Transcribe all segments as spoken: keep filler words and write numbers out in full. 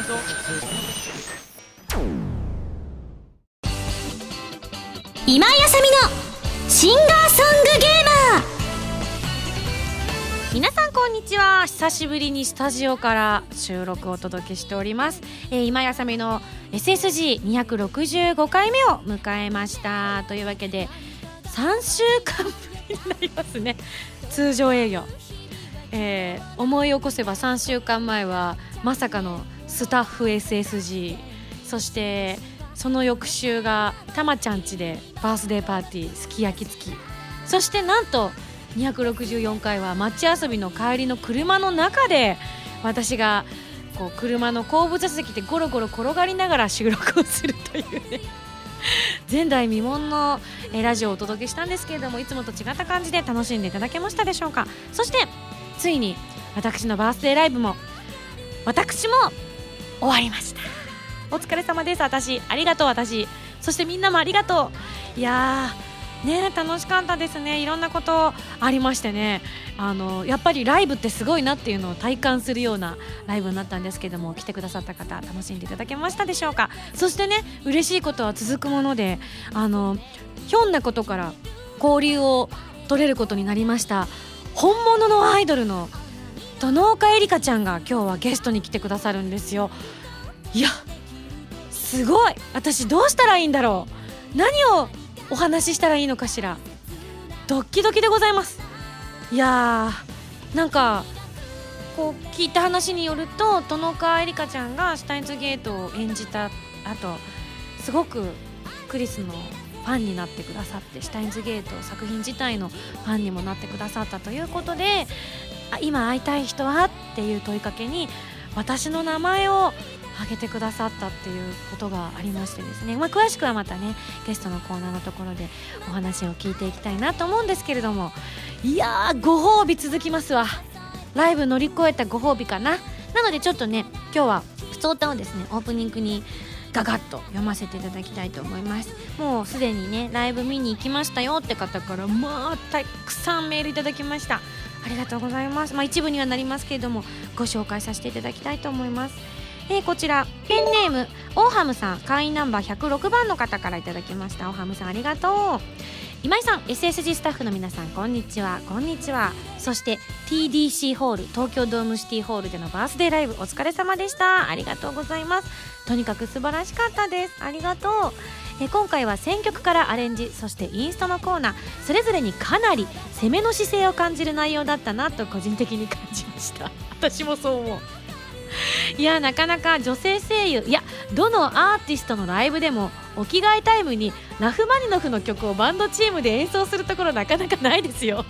当。 今井あさみのシンガーソングゲーマー。 皆さんこんにちは。久しぶりにスタジオから収録をお届けしております、えー、今井あさみの エスエスジーにひゃくろくじゅうごかいめを迎えましたというわけでさんしゅうかんぶりになりますね、通常営業。えー、思い起こせばさんしゅうかんまえはまさかのスタッフ エスエスジー、 そしてその翌週がたまちゃん家でバースデーパーティーすき焼き付き、そしてなんとにひゃくろくじゅうよんかいは街遊びの帰りの車の中で私がこう車の後部座席でゴロゴロ転がりながら収録をするというね前代未聞のラジオをお届けしたんですけれども、いつもと違った感じで楽しんでいただけましたでしょうか。そしてついに私のバースデーライブも私も終わりました。お疲れ様です。私ありがとう。私そしてみんなもありがとう。いやーね、楽しかったですね。いろんなことありましてね、あのやっぱりライブってすごいなっていうのを体感するようなライブになったんですけども、来てくださった方楽しんでいただけましたでしょうか。そしてね、嬉しいことは続くもので、あのひょんなことから交流を取れることになりました。本物のアイドルの殿岡絵里香ちゃんが今日はゲストに来てくださるんですよ。いやすごい、私どうしたらいいんだろう、何をお話ししたらいいのかしら、ドッキドキでございます。いやーなんかこう聞いた話によると、殿岡絵里香ちゃんがシュタインズゲートを演じた後すごくクリスのファンになってくださって、シュタインズゲート作品自体のファンにもなってくださったということで、あ今会いたい人はっていう問いかけに私の名前を挙げてくださったっていうことがありましてですね、まあ、詳しくはまたねゲストのコーナーのところでお話を聞いていきたいなと思うんですけれども、いやーご褒美続きますわ。ライブ乗り越えたご褒美かな。なのでちょっとね今日は普通歌をですねオープニングにガガッと読ませていただきたいと思います。もうすでにねライブ見に行きましたよって方からまあたくさんメールいただきました。ありがとうございます。まあ一部にはなりますけれどもご紹介させていただきたいと思います。えー、こちらペンネームオーハムさん、会員ナンバーひゃくろくばんの方からいただきました。オーハムさんありがとう。今井さん、 エスエスジー スタッフの皆さんこんにちは。こんにちは。そして ティーディーシー ホール、東京ドームシティホールでのバースデーライブお疲れ様でした。ありがとうございます。とにかく素晴らしかったです。ありがとう。え今回は選曲からアレンジ、そしてインストのコーナー、それぞれにかなり攻めの姿勢を感じる内容だったなと個人的に感じました。私もそう思う。いやなかなか女性声優、いやどのアーティストのライブでもお着替えタイムにラフマニノフの曲をバンドチームで演奏するところなかなかないですよ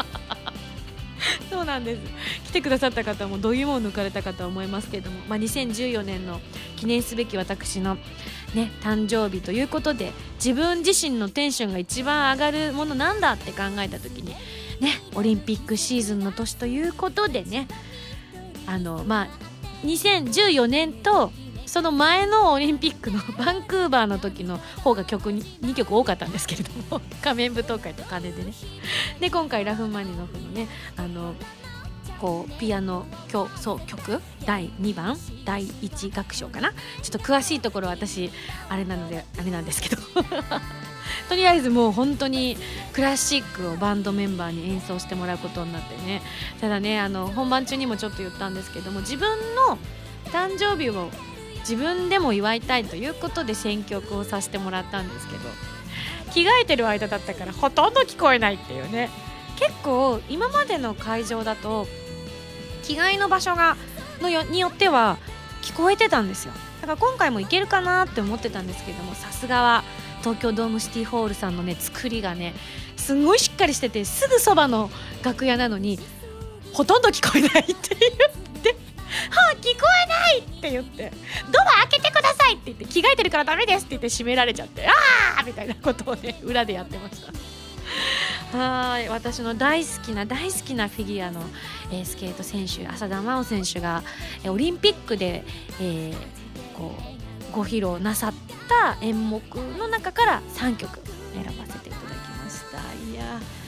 そうなんです。来てくださった方もどぎもを抜かれたかと思いますけれども、まあ、にせんじゅうよねんの記念すべき私の、ね、誕生日ということで、自分自身のテンションが一番上がるものなんだって考えた時にね、オリンピックシーズンの年ということでね、あのまあにせんじゅうよねんとその前のオリンピックのバンクーバーの時の方が曲 に, にきょく多かったんですけれども仮面舞踏会と鐘でね、で今回ラフマニノフのねあのこうピアノ協奏曲だいにばんだいいち楽章かな、ちょっと詳しいところは私あれなのであれなんですけどとりあえずもう本当にクラシックをバンドメンバーに演奏してもらうことになってね、ただねあの本番中にもちょっと言ったんですけども、自分の誕生日を自分でも祝いたいということで選曲をさせてもらったんですけど、着替えてる間だったからほとんど聞こえないっていうね。結構今までの会場だと着替えの場所がのよによっては聞こえてたんですよ。だから今回もいけるかなって思ってたんですけども、さすがは東京ドームシティホールさんのね作りがねすごいしっかりしてて、すぐそばの楽屋なのにほとんど聞こえないって言ってはあ聞こえないって言ってドア開けてくださいって言って、着替えてるからダメですって言って閉められちゃって、あーみたいなことをね裏でやってました。はい、私の大好きな大好きなフィギュアの、えー、スケート選手浅田真央選手が、えー、オリンピックで、えー、こうご披露なさった演目の中からさんきょく選ばせていただきました。いや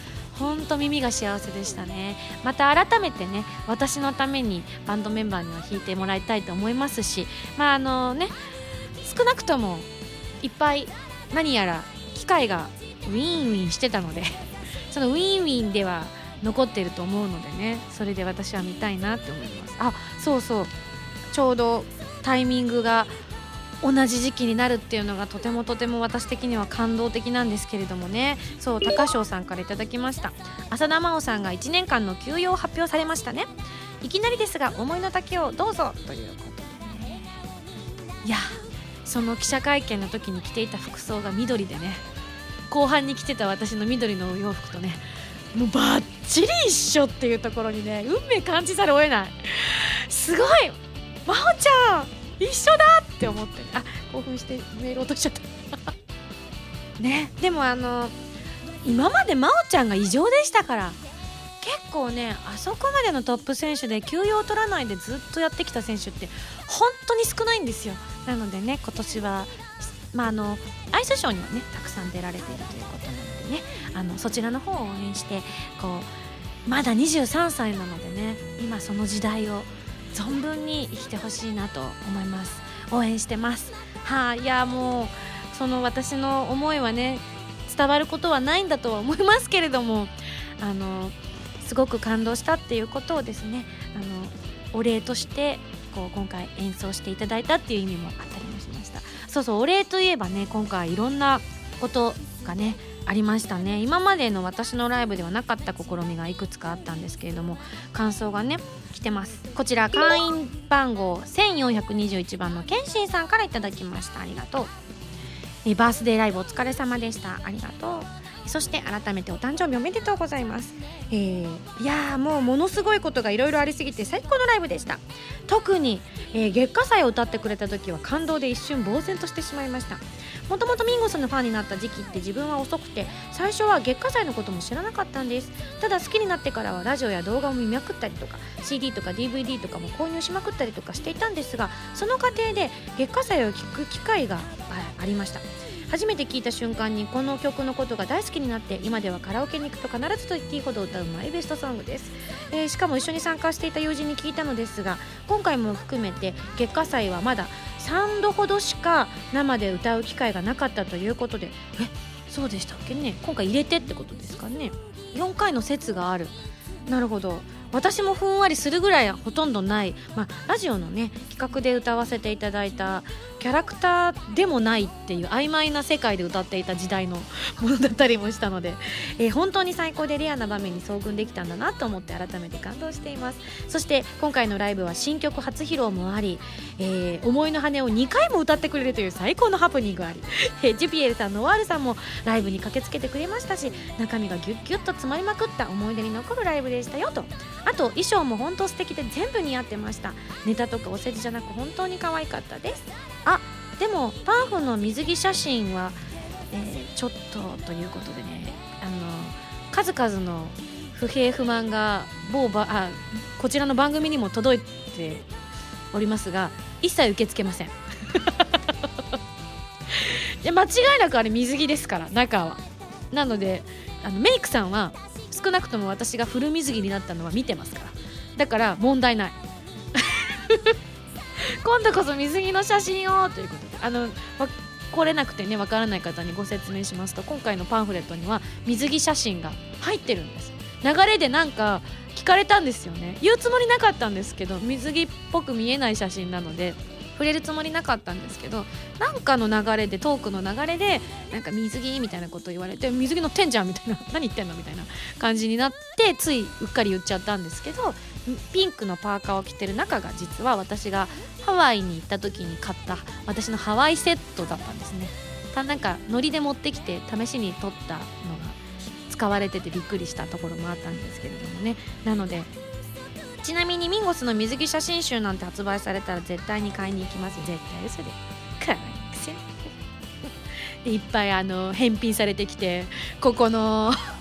ほんと耳が幸せでしたね。また改めてね、私のためにバンドメンバーには弾いてもらいたいと思いますし、まああのね、少なくともいっぱい何やら機械がウィーンウィンしてたのでそのウィーンウィンでは残ってると思うのでね、それで私は見たいなって思います。あ、そうそう、ちょうどタイミングが同じ時期になるっていうのがとてもとても私的には感動的なんですけれどもね。そう、高翔さんからいただきました。浅田真央さんがいちねんかんの休養を発表されましたね。いきなりですが思いの丈をどうぞということでね。いや、その記者会見の時に着ていた服装が緑でね、後半に着てた私の緑のお洋服とね、もうバッチリ一緒っていうところにね、運命感じざるを得ない。すごい、真央ちゃん一緒だって思って、あ、興奮してメール落としちゃったね。でもあの今まで真央ちゃんが異常でしたから、結構ね、あそこまでのトップ選手で休養を取らないでずっとやってきた選手って本当に少ないんですよ。なのでね、今年は、まあ、あのアイスショーにはねたくさん出られているということなのでね、あのそちらの方を応援して、こうまだにじゅうさんさいなのでね、今その時代を存分に生きてほしいなと思います。応援してます。はあ、いやもうその私の思いはね伝わることはないんだとは思いますけれども、あのすごく感動したっていうことをですね、あのお礼としてこう今回演奏していただいたっていう意味もあったりもしました。そうそう、お礼といえばね、今回いろんなことがねありましたね。今までの私のライブではなかった試みがいくつかあったんですけれども、感想がね来てます。こちら会員番号せんよんひゃくにじゅういちばんのケンシンさんからいただきました。ありがとう。えバースデーライブお疲れ様でした。ありがとう。そして改めてお誕生日おめでとうございます。えー、いやーもうものすごいことがいろいろありすぎて最高のライブでした。特に、えー、月下祭を歌ってくれた時は感動で一瞬呆然としてしまいました。もともとミンゴスのファンになった時期って自分は遅くて、最初は月下祭のことも知らなかったんです。ただ好きになってからはラジオや動画を見まくったりとか シーディー とか ディーブイディー とかも購入しまくったりとかしていたんですが、その過程で月下祭を聴く機会が あ, ありました。初めて聴いた瞬間にこの曲のことが大好きになって、今ではカラオケに行くと必ずと言っていいほど歌うマイベストソングです。えー、しかも一緒に参加していた友人に聞いたのですが、今回も含めて月下祭はまださんどほどしか生で歌う機会がなかったということで、え、そうでしたっけね。今回入れてってことですかね。よんかいの説がある。なるほど。私もふんわりするぐらいほとんどない、まあ、ラジオのね企画で歌わせていただいたキャラクターでもないっていう曖昧な世界で歌っていた時代のものだったりもしたので、えー、本当に最高でレアな場面に遭遇できたんだなと思って改めて感動しています。そして今回のライブは新曲初披露もあり、えー、思いの羽をにかいも歌ってくれるという最高のハプニングあり、えー、ジュピエルさん、ノワールさんもライブに駆けつけてくれましたし、中身がギュッギュッと詰まりまくった思い出に残るライブでしたよと。あと衣装も本当素敵で全部似合ってました。ネタとかお世辞じゃなく本当に可愛かったです。あ、でもパンフの水着写真は、えー、ちょっとということでね、あの数々の不平不満が某ばあこちらの番組にも届いておりますが、一切受け付けませんいや間違いなくあれ水着ですから、中は。なのであのメイクさんは少なくとも私がフル水着になったのは見てますから、だから問題ない今度こそ水着の写真をということで、あの来れなくてねわからない方にご説明しますと、今回のパンフレットには水着写真が入ってるんです。流れでなんか聞かれたんですよね。言うつもりなかったんですけど、水着っぽく見えない写真なので触れるつもりなかったんですけど、なんかの流れでトークの流れでなんか水着みたいなこと言われて、水着乗ってんじゃんみたいな何言ってんのみたいな感じになって、ついうっかり言っちゃったんですけど、ピンクのパーカーを着てる中が実は私がハワイに行った時に買った私のハワイセットだったんですね。なんかノリで持ってきて試しに撮ったのが使われててびっくりしたところもあったんですけれどもね。なのでちなみにミンゴスの水着写真集なんて発売されたら絶対に買いに行きます。絶対嘘で可愛くせでいっぱいあの返品されてきて、ここのス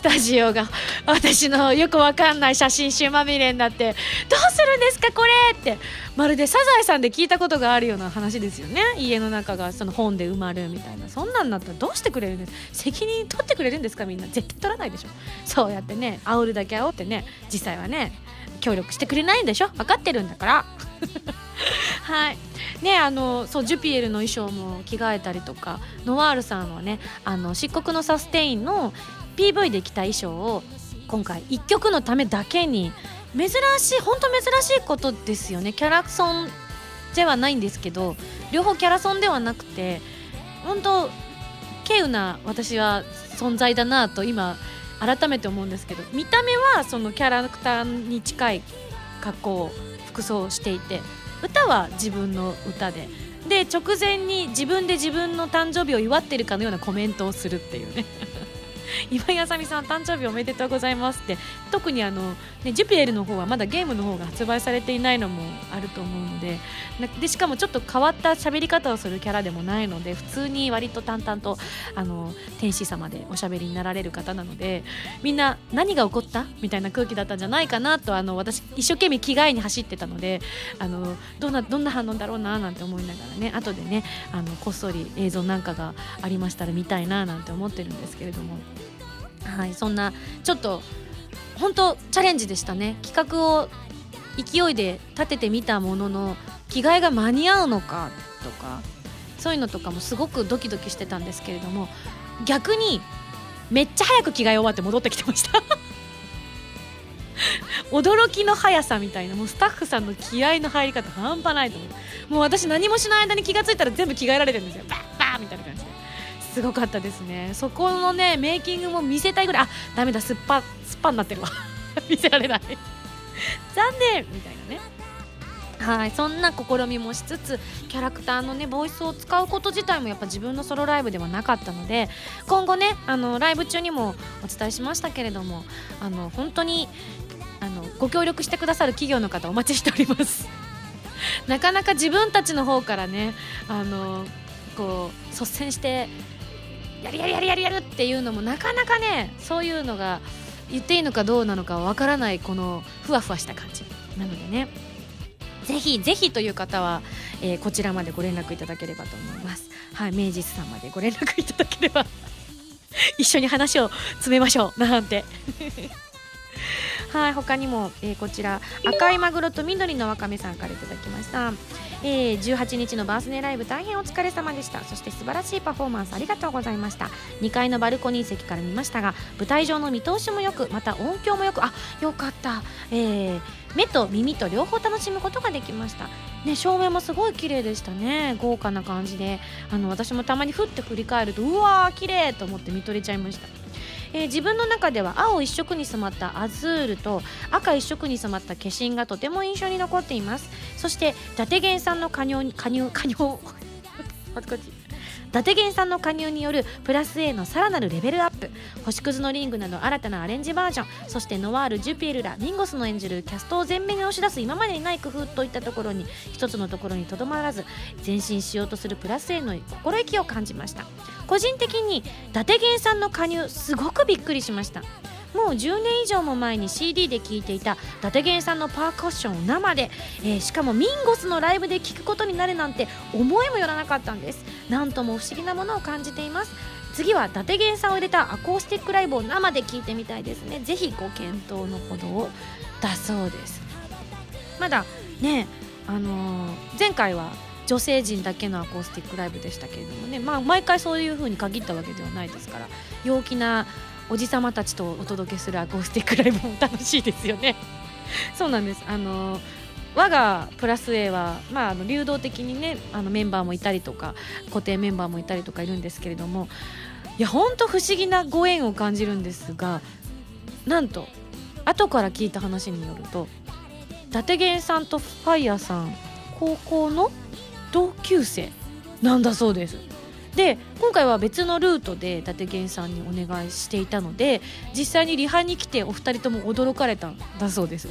タジオが私のよくわかんない写真集まみれになって、どうするんですかこれってまるでサザエさんで聞いたことがあるような話ですよね。家の中がその本で埋まるみたいな、そんなんなったらどうしてくれるんですか、責任取ってくれるんですか、みんな絶対取らないでしょ。そうやってね煽るだけ煽ってね、実際はね協力してくれないんでしょ、分かってるんだからはいね、あのそうジュピエルの衣装も着替えたりとか、ノワールさんはねあの漆黒のサステインの ピーブイ で着た衣装を今回いっきょくのためだけに、珍しい本当珍しいことですよね。キャラソンではないんですけど、両方キャラソンではなくて本当稀有な私は存在だなと今改めて思うんですけど、見た目はそのキャラクターに近い格好服装をしていて、歌は自分の歌でで直前に自分で自分の誕生日を祝ってるかのようなコメントをするっていうね今井あさみさん誕生日おめでとうございますって、特にあの、ね、ジュピエルの方はまだゲームの方が発売されていないのもあると思うの で, でしかもちょっと変わった喋り方をするキャラでもないので、普通に割と淡々とあの天使様でおしゃべりになられる方なので、みんな何が起こったみたいな空気だったんじゃないかなと、あの私一生懸命着替えに走ってたので、あの どんなどんな反応だろうななんて思いながらね、後でねあのこっそり映像なんかがありましたら見たいななんて思ってるんですけれども、はい、そんなちょっと本当チャレンジでしたね。企画を勢いで立ててみたものの、着替えが間に合うのかとかそういうのとかもすごくドキドキしてたんですけれども、逆にめっちゃ早く着替え終わって戻ってきてました驚きの速さみたいな、もうスタッフさんの気合の入り方半端ないと思う。もう私何もしない間に気がついたら全部着替えられてるんですよ。バッバーみたいな感じですごかったですね。そこのねメイキングも見せたいぐらい、あダメだすっぱすっぱになってるわ見せられない残念みたいなね。はい、そんな試みもしつつ、キャラクターのねボイスを使うこと自体もやっぱ自分のソロライブではなかったので、今後ねあのライブ中にもお伝えしましたけれども、あの本当にあのご協力してくださる企業の方お待ちしておりますなかなか自分たちの方からねあのこう率先してやるやるやるやるやるっていうのもなかなかね、そういうのが言っていいのかどうなのかわからない、このふわふわした感じなのでね、ぜひぜひという方は、えー、こちらまでご連絡いただければと思います。はい、明治さんまでご連絡いただければ一緒に話を詰めましょうなんてはい、他にも、えー、こちら赤いマグロと緑のわかめさんからいただきました。えー、じゅうはちにちのバースデーライブ大変お疲れ様でした。そして素晴らしいパフォーマンスありがとうございました。にかいのバルコニー席から見ましたが、舞台上の見通しもよく、また音響もよく、あ、よかった、えー、目と耳と両方楽しむことができました、ね、照明もすごい綺麗でしたね。豪華な感じで、あの私もたまにふって振り返るとうわー綺麗と思って見とれちゃいました。えー、自分の中では青一色に染まったアズールと赤一色に染まった化身がとても印象に残っています。そして伊達源さんの加入加入加入伊達源さんの加入によるプラス A のさらなるレベルアップ、星屑のリングなど新たなアレンジバージョン、そしてノワール、ジュピエルらミンゴスの演じるキャストを前面に押し出す今までにない工夫といったところに、一つのところにとどまらず前進しようとするプラス A の心意気を感じました。個人的に伊達源さんの加入すごくびっくりしました。もうじゅうねん以上も前に シーディー で聴いていた伊達源さんのパーカッションを生で、えー、しかもミンゴスのライブで聴くことになるなんて思いもよらなかったんです。なんとも不思議なものを感じています。次は伊達源さんを入れたアコースティックライブを生で聴いてみたいですね。ぜひご検討のほどをだそうです。まだね、あのー、前回は女性陣だけのアコースティックライブでしたけれどもね、まあ、毎回そういう風に限ったわけではないですから、陽気なおじさまたちとお届けするアコースティックライブも楽しいですよねそうなんです。あの我がプラス A は、まあ、あの流動的にねあのメンバーもいたりとか固定メンバーもいたりとかいるんですけれども、いや本当不思議なご縁を感じるんですが、なんと後から聞いた話によると伊達源さんとファイヤーさん高校の同級生なんだそうです。で今回は別のルートで伊達源さんにお願いしていたので、実際にリハに来てお二人とも驚かれたんだそうです。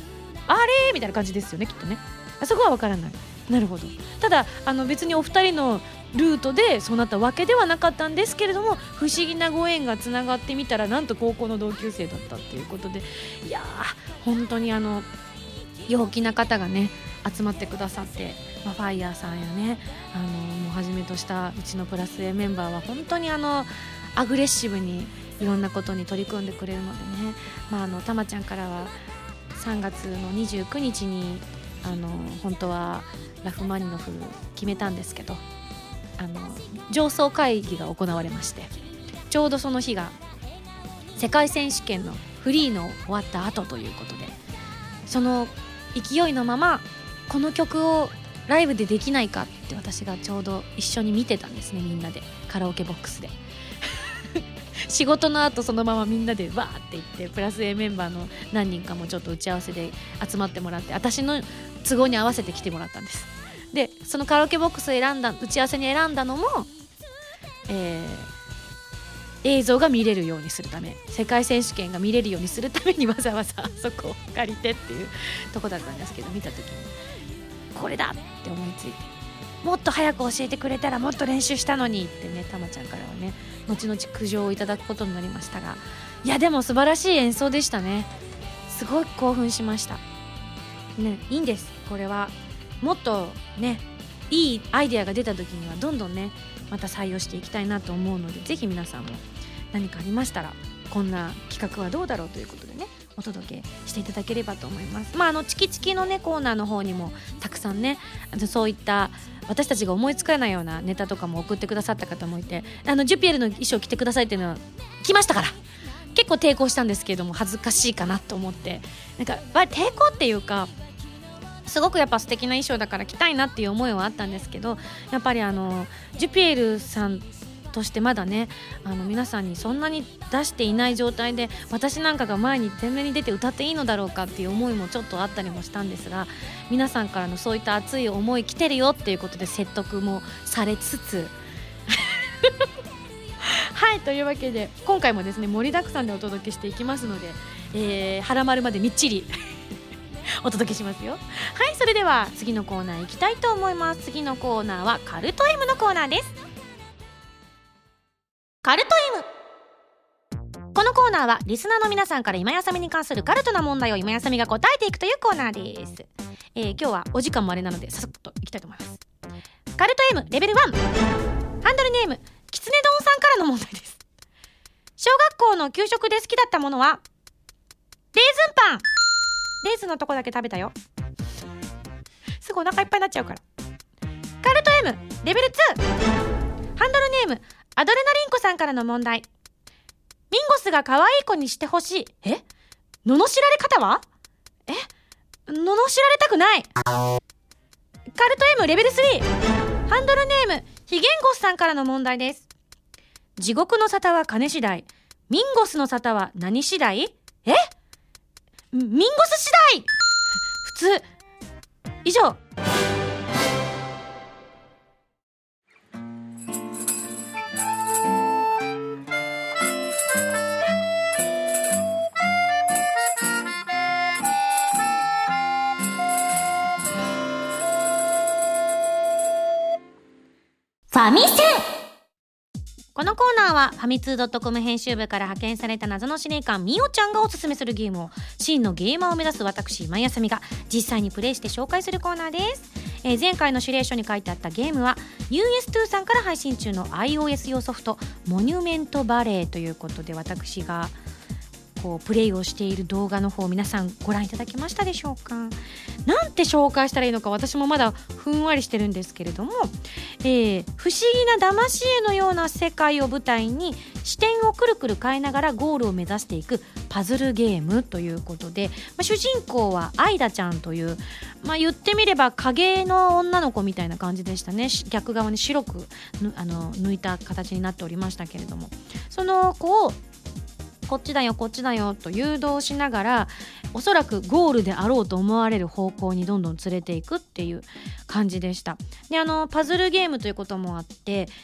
あれみたいな感じですよねきっとね。あそこは分からない。なるほど。ただあの別にお二人のルートでそうなったわけではなかったんですけれども、不思議なご縁がつながってみたらなんと高校の同級生だったっていうことで、いやー本当にあの陽気な方がね集まってくださって、まあ、ファイヤーさんやねあのもうはじめとしたうちのプラス A メンバーは本当にあのアグレッシブにいろんなことに取り組んでくれるのでね、まあ、あのたまちゃんからはさんがつのにじゅうくにちにあの本当はラフマニノフ決めたんですけど、あの上層会議が行われまして、ちょうどその日が世界選手権のフリーの終わった後ということで、その勢いのままこの曲をライブでできないかって私がちょうど一緒に見てたんですね、みんなでカラオケボックスで仕事の後そのままみんなでわーって行って、プラス A メンバーの何人かもちょっと打ち合わせで集まってもらって、私の都合に合わせて来てもらったんです。でそのカラオケボックスを選んだ打ち合わせに選んだのも、えー、映像が見れるようにするため、世界選手権が見れるようにするためにわざわざそこを借りてっていうとこだったんですけど、見た時にこれだって思いついて、もっと早く教えてくれたらもっと練習したのにってね、たまちゃんからはね後々苦情をいただくことになりましたが、いやでも素晴らしい演奏でしたね。すごい興奮しましたね。いいんです、これはもっとねいいアイデアが出た時にはどんどんねまた採用していきたいなと思うので、ぜひ皆さんも何かありましたらこんな企画はどうだろうということでねお届けしていただければと思います。まああのチキチキのねコーナーの方にもたくさんねそういった私たちが思いつかないようなネタとかも送ってくださった方もいて、あのジュピエルの衣装着てくださいっていうのは来ましたから、結構抵抗したんですけれども恥ずかしいかなと思って、なんか抵抗っていうかすごくやっぱ素敵な衣装だから着たいなっていう思いはあったんですけど、やっぱりあのジュピエルさんとしてまだねあの皆さんにそんなに出していない状態で私なんかが前に前面に出て歌っていいのだろうかっていう思いもちょっとあったりもしたんですが、皆さんからのそういった熱い思い来てるよっていうことで説得もされつつはい、というわけで今回もですね盛りだくさんでお届けしていきますので、えー、腹丸までみっちりお届けしますよ。はい、それでは次のコーナー行きたいと思います。次のコーナーはカルト M のコーナーです。カルト M、 このコーナーはリスナーの皆さんから今やさみに関するカルトな問題を今やさみが答えていくというコーナーです。えー、今日はお時間もあれなのでささっといきたいと思います。カルト M レベルワン、ハンドルネームきつね丼さんからの問題です。小学校の給食で好きだったものはレーズンパン。レーズンのとこだけ食べたよ。すぐお腹いっぱいになっちゃうから。カルト M レベルツー、ハンドルネームアドレナリンコさんからの問題。ミンゴスが可愛い子にしてほしい。え？罵られ方は？え？罵られたくない。カルト M レベルスリー、ハンドルネームヒゲンゴスさんからの問題です。地獄の沙汰は金次第、ミンゴスの沙汰は何次第？え？ミンゴス次第。普通。以上。 ファミセン。 このコーナーはファミツー .com 編集部から派遣された謎の司令官みおちゃんがおすすめするゲームを真のゲーマーを目指す私今井あさみが実際にプレイして紹介するコーナーです。えー、前回の指令書に書いてあったゲームは ユーエスツー さんから配信中の iOS 用ソフトモニュメントバレーということで、私がこうプレイをしている動画の方皆さんご覧いただけましたでしょうか。なんて紹介したらいいのか私もまだふんわりしてるんですけれども、えー、不思議な騙し絵のような世界を舞台に視点をくるくる変えながらゴールを目指していくパズルゲームということで、まあ、主人公はアイダちゃんという、まあ、言ってみれば影の女の子みたいな感じでしたね。逆側に白くあの抜いた形になっておりましたけれども、その子をこっちだよこっちだよと誘導しながらおそらくゴールであろうと思われる方向にどんどん連れていくっていう感じでした。であのパズルゲームということもあってこ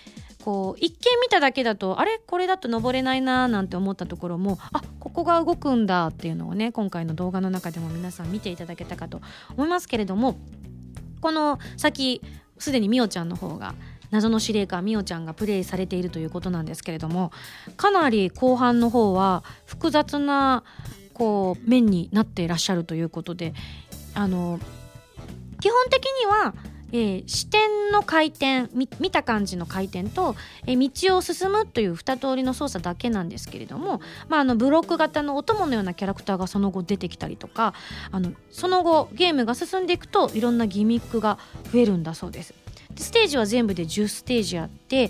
こう一見見ただけだとあれこれだと登れないななんて思ったところも、あ、ここが動くんだっていうのをね、今回の動画の中でも皆さん見ていただけたかと思いますけれども、この先すでにみおちゃんの方が謎の司令官みおちゃんがプレイされているということなんですけれども、かなり後半の方は複雑なこう面になっていらっしゃるということで、あの基本的には、えー、視点の回転 見, 見た感じの回転と、えー、道を進むという二通りの操作だけなんですけれども、まあ、あのブロック型のお供のようなキャラクターがその後出てきたりとか、あのその後ゲームが進んでいくといろんなギミックが増えるんだそうです。でステージは全部でじゅうステージあって、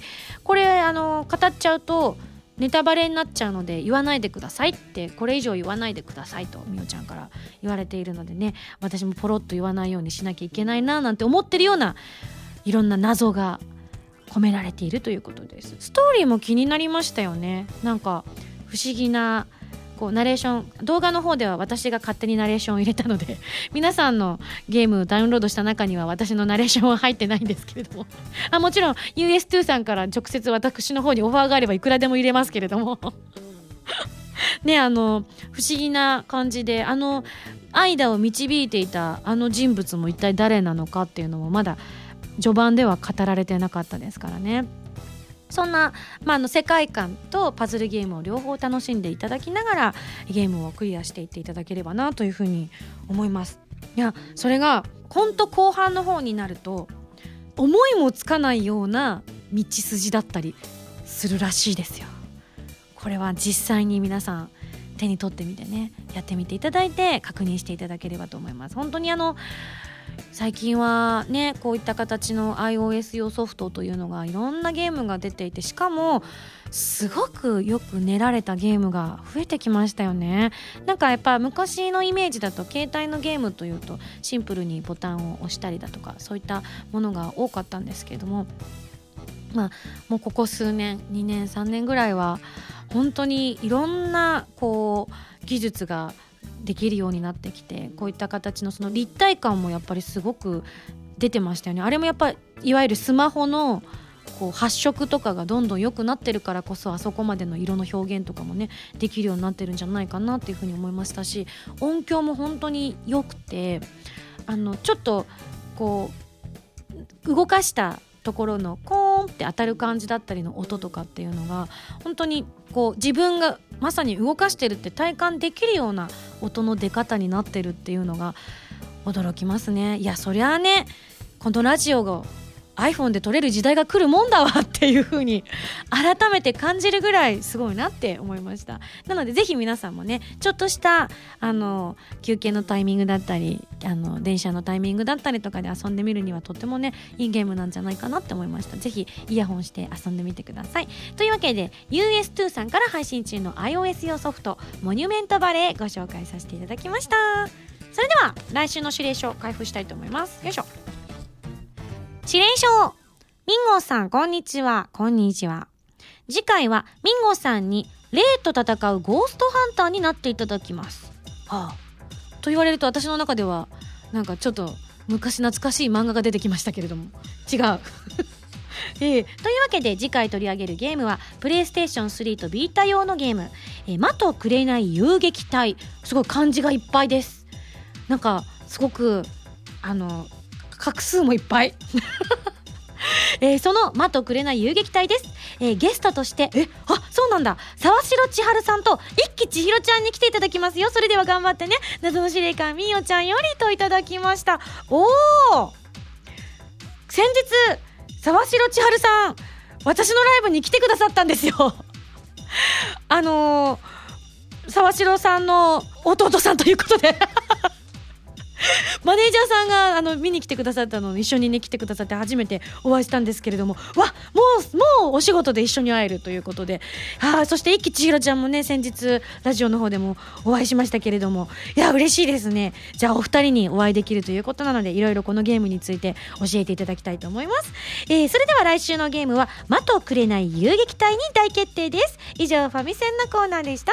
これあの語っちゃうとネタバレになっちゃうので言わないでくださいって、これ以上言わないでくださいとみおちゃんから言われているのでね、私もポロッと言わないようにしなきゃいけないななんて思ってるようないろんな謎が込められているということです。ストーリーも気になりましたよね。なんか不思議なこうナレーション、動画の方では私が勝手にナレーションを入れたので皆さんのゲームをダウンロードした中には私のナレーションは入ってないんですけれどもあ、もちろん ユーエスツー さんから直接私の方にオファーがあればいくらでも入れますけれどもね、あの不思議な感じで、あの間を導いていたあの人物も一体誰なのかっていうのもまだ序盤では語られてなかったですからね。そんな、まあ、あの世界観とパズルゲームを両方楽しんでいただきながらゲームをクリアしていっていただければなというふうに思います。いや、それがほんと後半の方になると思いもつかないような道筋だったりするらしいですよ。これは実際に皆さん手に取ってみてね、やってみていただいて確認していただければと思います。本当にあの最近はね、こういった形の iOS 用ソフトというのがいろんなゲームが出ていて、しかもすごくよく練られたゲームが増えてきましたよね。なんかやっぱ昔のイメージだと携帯のゲームというとシンプルにボタンを押したりだとかそういったものが多かったんですけれども、まあもうここ数年にねんさんねんぐらいは本当にいろんなこう技術ができるようになってきて、こういった形のその立体感もやっぱりすごく出てましたよね。あれもやっぱりいわゆるスマホのこう発色とかがどんどん良くなってるからこそ、あそこまでの色の表現とかもねできるようになってるんじゃないかなっていうふうに思いましたし、音響も本当に良くて、あのちょっとこう動かしたところのコーンって当たる感じだったりの音とかっていうのが本当にこう自分がまさに動かしてるって体感できるような音の出方になってるっていうのが驚きますね。いや、そりゃあね、このラジオが iPhone で撮れる時代が来るもんだわっていう風に改めて感じるぐらいすごいなって思いました。なのでぜひ皆さんもね、ちょっとしたあの休憩のタイミングだったり、あの電車のタイミングだったりとかで遊んでみるにはとってもねいいゲームなんじゃないかなって思いました。ぜひイヤホンして遊んでみてください。というわけで ユーエスツー さんから配信中の iOS 用ソフトモニュメントバレーご紹介させていただきました。それでは来週の指令書開封したいと思います。よいしょ。指令書、ミンゴーさんこんにちは。こんにちは。次回はミンゴーさんに霊と戦うゴーストハンターになっていただきます。はあ、と言われると私の中ではなんかちょっと昔懐かしい漫画が出てきましたけれども違う、えー、というわけで次回取り上げるゲームはプレイステーションスリーとビータ用のゲーム、えー、魔と紅遊撃隊。すごい漢字がいっぱいです。なんかすごくあの画数もいっぱい、えー、その魔と紅遊撃隊です。えー、ゲストとしてえあそうなんだ沢城千春さんと一木千尋ちゃんに来ていただきますよ。それでは頑張ってね。謎の司令官みおちゃんよりといただきました。おー、先日沢城千春さん私のライブに来てくださったんですよあのー、沢城さんの弟さんということでマネージャーさんがあの見に来てくださったのを一緒にね来てくださって初めてお会いしたんですけれども、わもうもうお仕事で一緒に会えるということで、はあ、そして一木千尋ちゃんもね先日ラジオの方でもお会いしましたけれども、いや嬉しいですね。じゃあお二人にお会いできるということなのでいろいろこのゲームについて教えていただきたいと思います。えー、それでは来週のゲームは魔と紅遊撃隊に大決定です。以上ファミセンのコーナーでした。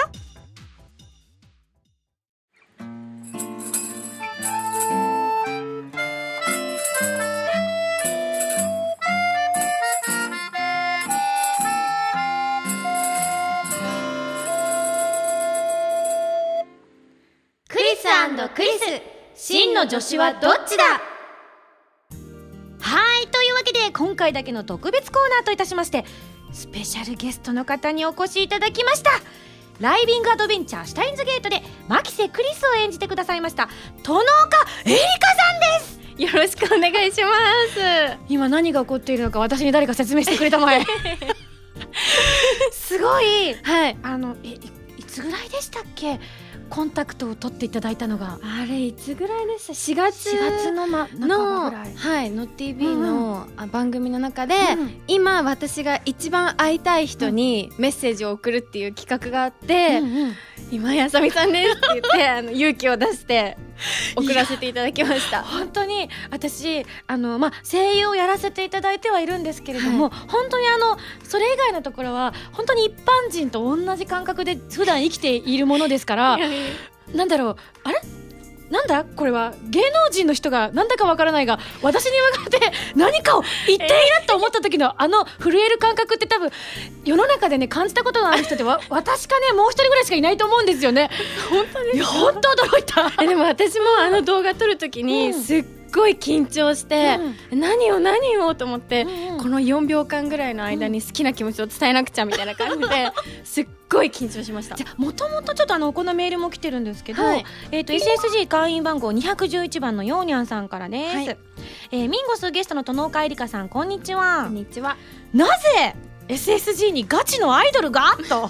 の女子はどっちだ。はい、というわけで今回だけの特別コーナーといたしまして、スペシャルゲストの方にお越しいただきました。ライビングアドベンチャーシュタインズゲートで牧瀬クリスを演じてくださいました殿岡恵梨香さんです。 よろしくお願いします。 今何が起こっているのか私に誰か説明してくれたまえすごい、 はい、 あのえ い, いつぐらいでしたっけ、コンタクトを取っていただいたのが。 あれいつぐらいでした？しがつしがつの、ま、半ばぐらい、 はい、ノッティービー の、うん、番組の中で、うん、今私が一番会いたい人にメッセージを送るっていう企画があって、うんうん、今井あさみさんですって言ってあの勇気を出して送らせていただきました。 本当に私あの、ま、声優をやらせていただいてはいるんですけれども、はい、本当にあのそれ以外のところは本当に一般人と同じ感覚で普段生きているものですからなんだろう、あれなんだこれは芸能人の人がなんだかわからないが私に向かって何かを言っていると思った時のあの震える感覚って多分世の中でね感じたことのある人ってわ私かねもう一人ぐらいしかいないと思うんですよね。 本当ですか？ いや本当驚いた。 えでも私もあの動画撮る時にすっごい緊張して、うん、何を何をと思って、うんうん、このよんびょうかんぐらいの間に好きな気持ちを伝えなくちゃみたいな感じですっごい緊張しました。 じゃもともとちょっとあのこのメールも来てるんですけど、はい、えー、と エスエスジー 会員番号にひゃくじゅういちばんのヨーニャンさんからです、はい、えー、ミンゴスゲストの殿岡恵梨香さんこんにちは。 こんにちは。 なぜ エスエスジー にガチのアイドルがと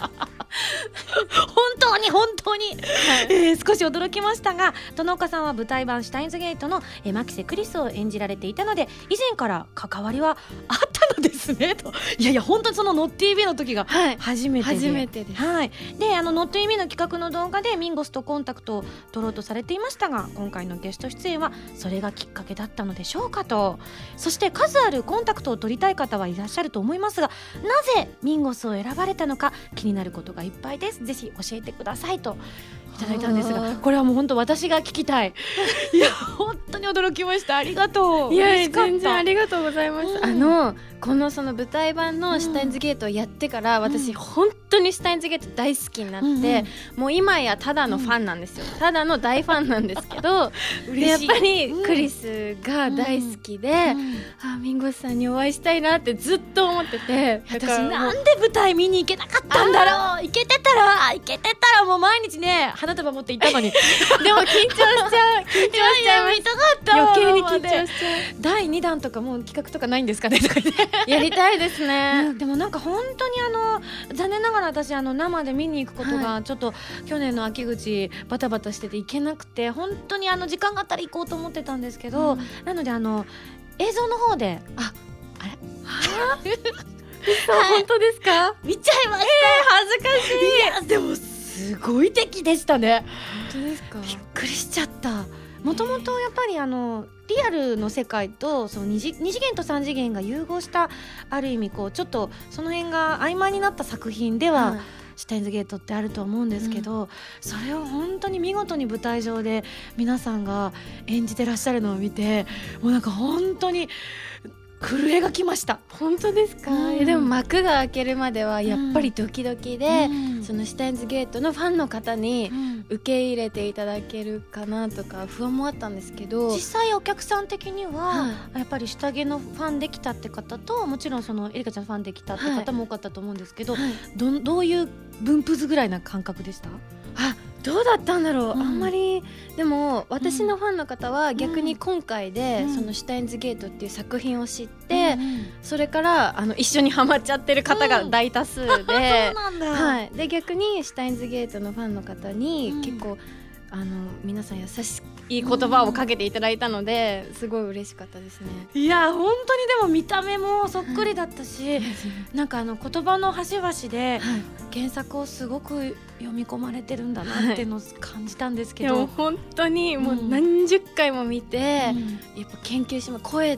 本当に本当に、はい、えー、少し驚きましたが、殿岡さんは舞台版シュタインズゲートの、えー、牧瀬クリスを演じられていたので以前から関わりはあったのですねと。いやいや本当にそのノッティービーの時が初めてで、 はい、初めてです、 はい、であのノッティービーの企画の動画でミンゴスとコンタクトを取ろうとされていましたが、今回のゲスト出演はそれがきっかけだったのでしょうかと。そして数あるコンタクトを取りたい方はいらっしゃると思いますが、なぜミンゴスを選ばれたのか気になることがいっぱいです。ぜひ教えてくださいといただいたんですが、これはもう本当私が聞きたい。いや本当に驚きました。ありがとう。 いや全然ありがとうございます、うん、あのこのその舞台版のシュタインズゲートをやってから、うん、私本当にシュタインズゲート大好きになって、うんうん、もう今やただのファンなんですよ、うん、ただの大ファンなんですけどでやっぱりクリスが大好きで、うんうん、あミンゴスさんにお会いしたいなってずっと思ってて、 私なんで舞台見に行けなかったんだろう。行けてたら行けてたらもう毎日ね花束持って行ったのにでも緊張しちゃう緊張しちゃいます。 見たかった余計に緊張しちゃう。 だいにだんとかもう企画とかないんですかねとか言ってやりたいですね、 うん、でもなんか本当にあの残念ながら私あの生で見に行くことがちょっと去年の秋口バタバタしてて行けなくて、本当にあの時間があったら行こうと思ってたんですけど、うん、なのであの映像の方でああれはそう、はい、本当ですか？ 見ちゃいました、えー、 恥ずかしい。 いやでもすごい敵でしたね。 本当ですか？ びっくりしちゃった。もともとやっぱりあのリアルの世界とその 2, 次2次元とさん次元が融合したある意味こうちょっとその辺が曖昧になった作品では、はい、シュタインズゲートってあると思うんですけど、うん、それを本当に見事に舞台上で皆さんが演じてらっしゃるのを見てもうなんか本当に震えがきました。 本当ですか？うん、でも幕が開けるまではやっぱりドキドキで、うん、そのシュタインズゲートのファンの方に受け入れていただけるかなとか不安もあったんですけど、 実際お客さん的には、はい、やっぱり下着のファンできたって方ともちろんそのエリカちゃんファンできたって方も多かったと思うんですけど、はい、ど, どういう分布図ぐらいな感覚でした？ あどうだったんだろう、うん、あんまりでも私のファンの方は逆に今回で、うん、そのシュタインズゲートっていう作品を知って、うん、それからあの一緒にハマっちゃってる方が大多数で、うん、そうなんだ、 はい、で逆にシュタインズゲートのファンの方に結構、うん、あの皆さん優しい言葉をかけていただいたので、うん、すごい嬉しかったですね。 いや本当にでも見た目もそっくりだったし、はい、なんかあの言葉の端々で原作をすごく読み込まれてるんだなっていうのを感じたんですけど、 はい、本当にもう何十回も見て、うん、やっぱ研究しま声って、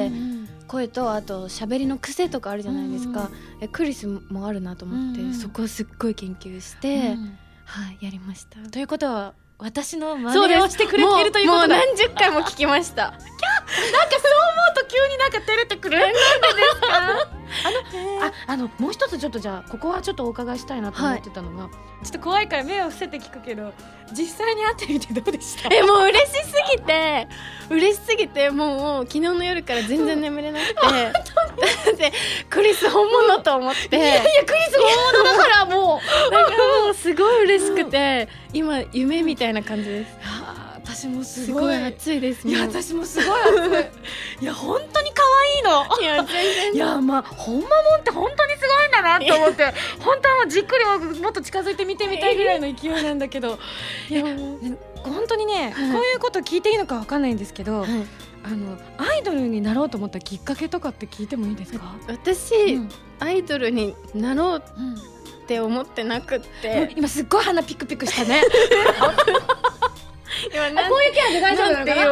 うん、声とあと喋りの癖とかあるじゃないですか、うん、えクリスもあるなと思って、うん、そこをすっごい研究して、うん、はい、やりました。 ということは私の真似をしてくれているということで、もう何十回も聞きました。 なんかそう思うと急になんか照れてくる。なんでですか？ ああのもう一つちょっとじゃあここはちょっとお伺いしたいなと思ってたのが、はい、ちょっと怖いから目を伏せて聞くけど実際に会ってみてどうでした？ えもう嬉しすぎて嬉しすぎてもう昨日の夜から全然眠れなくて、だってクリス本物と思っていやいやクリス本物だからもうだからもうすごい嬉しくて、うん、今夢みたいな感じです。 私もすすごいごい暑いです。 いや私もすごい暑いいや本当に可愛いの。 いや全然いやまあほんまもんって本当にすごいんだなって思って本当はもうじっくりもっと近づいて見てみたいぐらいの勢いなんだけどいや本当にね、はい、こういうこと聞いていいのか分かんないんですけど、はい、あのアイドルになろうと思ったきっかけとかって聞いてもいいですか？ 私、うん、アイドルになろうって思ってなくって、 うん、今すっごい鼻ピクピクしたね今なんこういうキャラで大丈夫なのか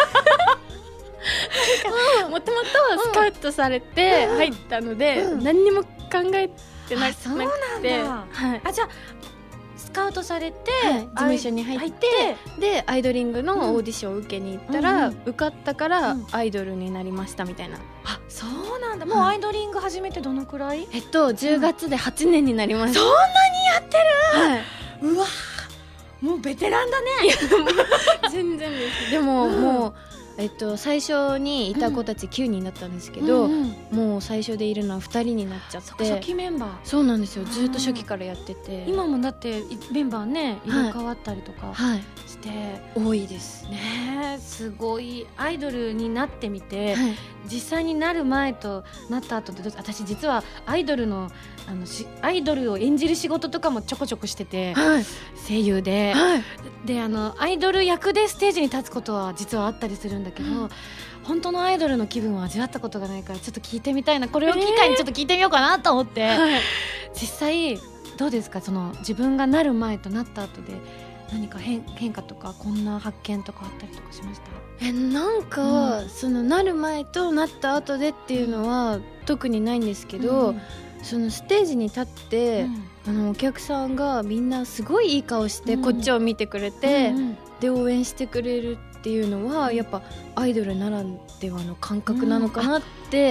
なもともとスカウトされて入ったので、うん、何にも考えてなくて、 そうなんだ、はい、あじゃあスカウトされて、 はい、事務所に入って、入ってでアイドリングのオーディションを受けに行ったら、うん、受かったから、うん、アイドルになりましたみたいな。 あそうなんだ。もうアイドリング始めてどのくらい？ えっとじゅうがつではちねんになりました。 そんなにやってる？ はい、 うわもうベテランだね全然です。でも、うん、もう、えっと、最初にいた子たちきゅうにんだったんですけど、うんうん、もう最初でいるのはふたりになっちゃって。 初期メンバー。 そうなんですよ。ずっと初期からやってて、 今もだってメンバーね色変わったりとかして、はいはい、 多いですね。すごいアイドルになってみて、 はい、 実際になる前となった後で私実はアイドルのあのしアイドルを演じる仕事とかもちょこちょこしてて、 はい、 声優で、 はい、 であのアイドル役でステージに立つことは実はあったりするんだけど、うん、本当のアイドルの気分を味わったことがないからちょっと聞いてみたいな。これを機会にちょっと聞いてみようかなと思って、えーはい、実際どうですか？その自分がなる前となった後で何か 変, 変化とかこんな発見とかあったりとかしました？ えなんか、うん、そのなる前となった後でっていうのは、うん、特にないんですけど、うん、そのステージに立って、うん、あのお客さんがみんなすごいいい顔してこっちを見てくれて、うん、で応援してくれるっていうのはやっぱアイドルならではの感覚なのかなって、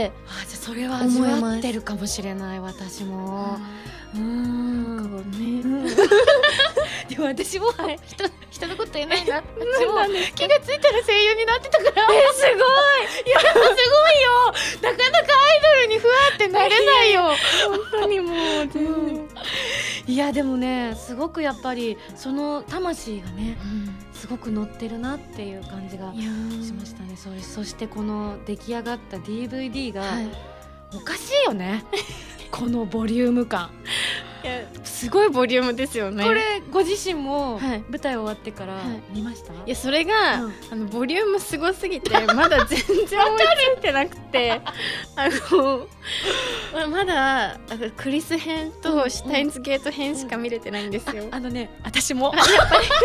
うん、ああじゃあそれは味わってるかもしれない。私もうーんなんかね、うん、でも私も、はい、人, 人のこと言えないな私も気がついたら声優になってたからえすごいいやすごいよなかなかアイドルにふわってなれないよ本当にもう全然、うん、 いやでもねすごくやっぱりその魂がね、うん、すごく乗ってるなっていう感じがしましたね。 そ, そしてこの出来上がった ディーブイディー が、はい、おかしいよねこのボリューム感いやすごいボリュームですよね。 これご自身も舞台終わってから見ました？ はい、いやそれが、うん、あのボリュームすごすぎてまだ全然追いついてなくてあのまだクリス編とシュタインズゲート編しか見れてないんですよ。 うん、あ, あのね私もやっぱり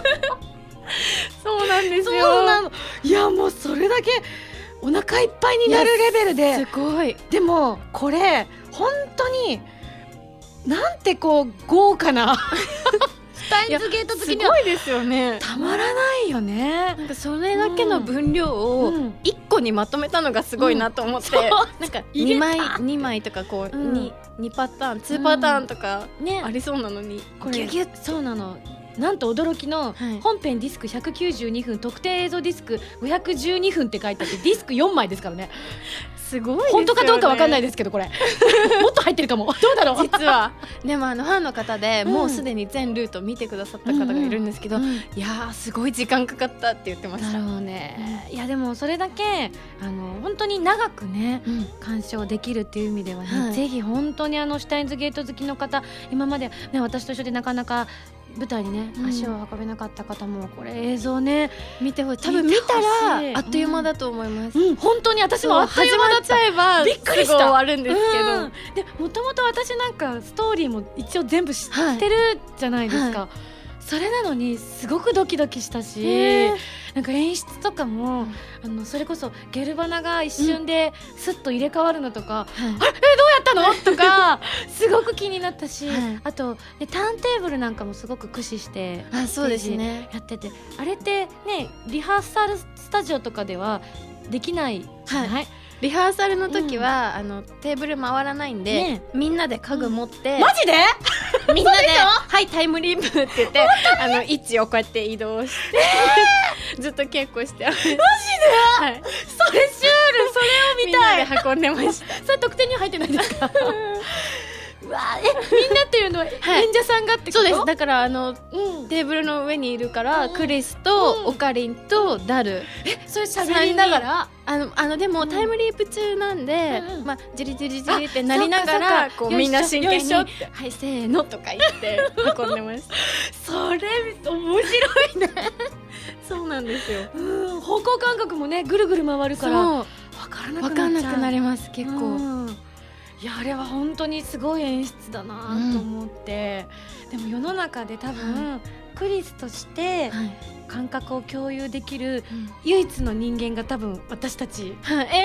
そうなんですよ。 そうなの。いやもうそれだけお腹いっぱいになるレベルで、 すごい。 でもこれ本当になんてこう豪華なスタインズゲート好きにはすごいですよね。 たまらないよね。 なんかそれだけの分量をいっこにまとめたのがすごいなと思って、うん、なんかにまいにまいとかこう、うん、に, にパターンにパターンとかありそうなのに、ね、 これギュギュッそうなの。なんと驚きの本編ディスクひゃくきゅうじゅうにふん、特定映像ディスクごひゃくじゅうにふんって書いてあってディスクよんまいですからね。 すごいですよね。 本当かどうか分かんないですけどこれもっと入ってるかも。どうだろう実はでもあのファンの方でもうすでに全ルート見てくださった方がいるんですけど、うんうんうん、いやーすごい時間かかったって言ってました。 なるほどね、うん、いやでもそれだけあの本当に長くね、うん、鑑賞できるっていう意味ではね、はい、ぜひ本当にあのシュタインズゲート好きの方今まで、ね、私と一緒でなかなか舞台にね、うん、足を運べなかった方もこれ映像ね見てほしい。多分見たらあっという間だと思います、 うんうん、本当に私もあっという間だった。 始まっちゃえばびっくりした。 終わるんですけど、うん、 でもともと私なんかストーリーも一応全部知ってるじゃないですか、はい、それなのにすごくドキドキしたし、なんか演出とかも、うん、あのそれこそゲルバナが一瞬でスッと入れ替わるのとか、うん、あれえどうやったのとかすごく気になったし、はい、あとでターンテーブルなんかもすごく駆使してあそうですねやってて、あれってねリハーサルスタジオとかではできないじゃない、はい、 リハーサルの時は、うん、あのテーブル回らないんで、ね、みんなで家具持って、うん、 マジでみんなではいタイムリープって言ってあの位置をこうやって移動して、えー、ずっと稽古してマジで、 はい、それシュール、それを見たい。 みんなで運んでましたそれ得点には入ってないですかうわえみんなっていうのは演者さんがってこと、 そうです。だからあの、うん、テーブルの上にいるから、うん、クリスと、うん、オカリンとダル、 えそれ喋りながらあのあのでも、うん、タイムリープ中なんで、うん、まあジリジリジリってなりながらこうみんな真剣にはいせーのとか言って運んでましたそれ面白いねそうなんですよ。 うん、方向感覚もねぐるぐる回るから分からなくなっちゃう。 分かんなくなります結構、うん、 いやあれは本当にすごい演出だなと思って、うん、でも世の中で多分、はい、クリスとして感覚を共有できる唯一の人間が多分私たち、 はい、えー、嬉しい。どうしよ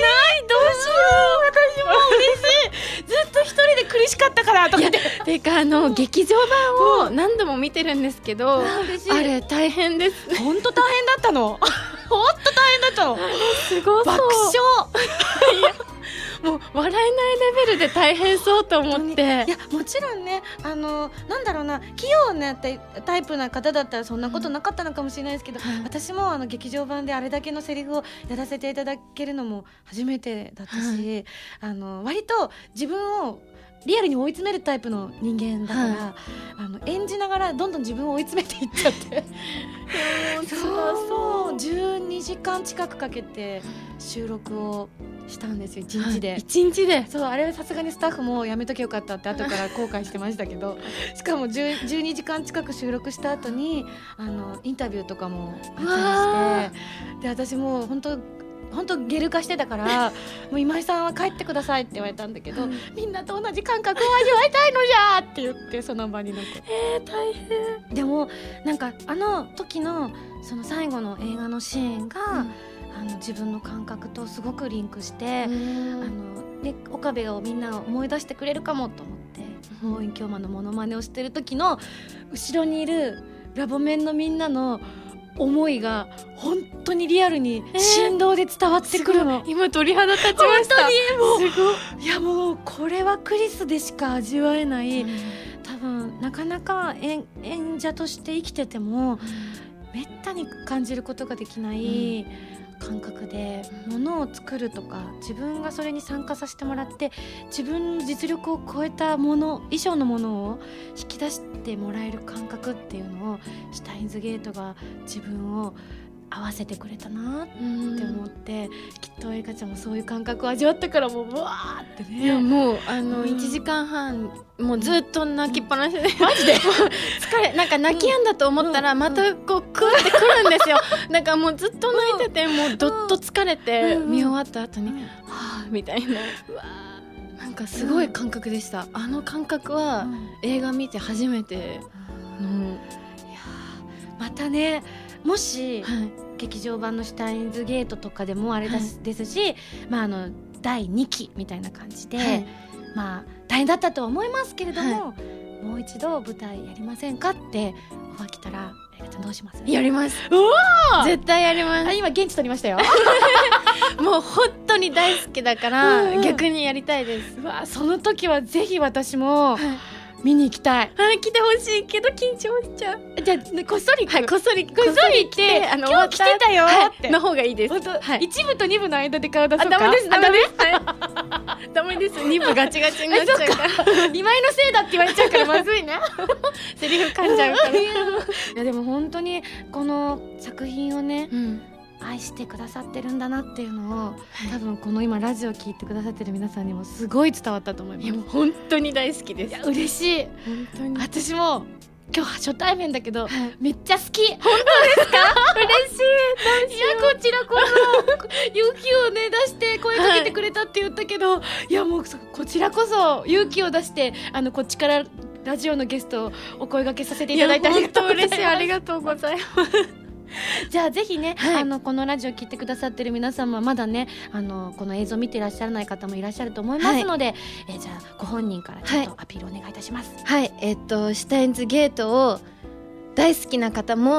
う私も嬉しいずっと一人で苦しかったからとかってていうかあの、うん、劇場版を何度も見てるんですけど、うん、あれ大変です本当大変だったの本当大変だったのすごそう爆笑いやもう笑えないレベルで大変そうと思って。 いやもちろんねあのなんだろうな器用なタイプな方だったらそんなことなかったのかもしれないですけど、うん、私もあの劇場版であれだけのセリフをやらせていただけるのも初めてだったし、はい、あの割と自分をリアルに追い詰めるタイプの人間だから、はい、あの演じながらどんどん自分を追い詰めていっちゃってそうそうじゅうにじかん近くかけて収録をしたんですよいちにちで、はい、 いちにちでそうあれはさすがにスタッフもやめとけよかったって後から後悔してましたけどしかもじゅうにじかん近く収録した後にあのインタビューとかもあったりしてで私もう本当本当ゲル化してたからもう今井さんは帰ってくださいって言われたんだけど、うん、みんなと同じ感覚を味わいたいのじゃって言ってその場に残ってえー、大変でもなんかあの時のその最後の映画のシーンが、うん、あの自分の感覚とすごくリンクして、うん、あので岡部をみんなが思い出してくれるかもと思って望遠鏡マンのモノマネをしてる時の後ろにいるラボメンのみんなの思いが本当にリアルに振動で伝わってくるの、えー、今鳥肌立ちました本当にもうすごいいやもうこれはクリスでしか味わえない、うん、多分なかなか 演, 演者として生きてても、うん、めったに感じることができない、うん、感覚で物を作るとか自分がそれに参加させてもらって自分の実力を超えたもの衣装のものを引き出してもらえる感覚っていうのをシュタインズゲートが自分を合わせてくれたなって思ってきっとエイカちゃんもそういう感覚を味わったからもうブワーってねいやもうあのいちじかんはんもうずっと泣きっぱなしで、うん、 マジで疲れなんか泣き止んだと思ったらまたこうクーってくるんですよなんかもうずっと泣いててもうどっと疲れて見終わった後にはぁみたいなうわなんかすごい感覚でした、うん、あの感覚は映画見て初めて、うんうん、いやまたねもし、はい、劇場版のシュタインズゲートとかでもあれです、はい、ですし、まあ、あのだいにきみたいな感じで、はい、まあ、大変だったとは思いますけれども、はい、もう一度舞台やりませんかってオファー来たらエイカちゃんどうします？ やりますうわ絶対やります。 あ今現地取りましたよもう本当に大好きだから、うん、逆にやりたいです。 うわその時はぜひ私も、はい見に行きたい。 あ来てほしいけど緊張しちゃう。 じゃあこっそりはいこっそりこっそり来てあの今日来てたよって、 はい、の方がいいです。 本当、 はい、 一部と二部の間で顔出そうか。 あダメですダメです。はい、ダメです。二部ガチガチになっちゃうから今井のせいだって言われちゃうからまずいね。 セリフ噛んじゃうから。いやでも本当にこの作品をね。 うん愛してくださってるんだなっていうのを、はい、多分この今ラジオ聞いてくださってる皆さんにもすごい伝わったと思います。いやもう本当に大好きです。 いや嬉しい本当に私も今日初対面だけど、はい、めっちゃ好き。 本当ですか嬉しい。 いやこちらこそ勇気をね出して声かけてくれたって言ったけど、はい、いやもうこちらこそ勇気を出してあのこっちからラジオのゲストをお声掛けさせていただいてありがとうございます。 嬉しいありがとうございますじゃあぜひね、 はい、 あのこのラジオ聞いてくださってる皆様まだねあのこの映像見ていらっしゃらない方もいらっしゃると思いますので、はい、えー、じゃあご本人からちょっとアピールお願いいたします。 はい、はい、えー、っとシュタインズゲートを大好きな方も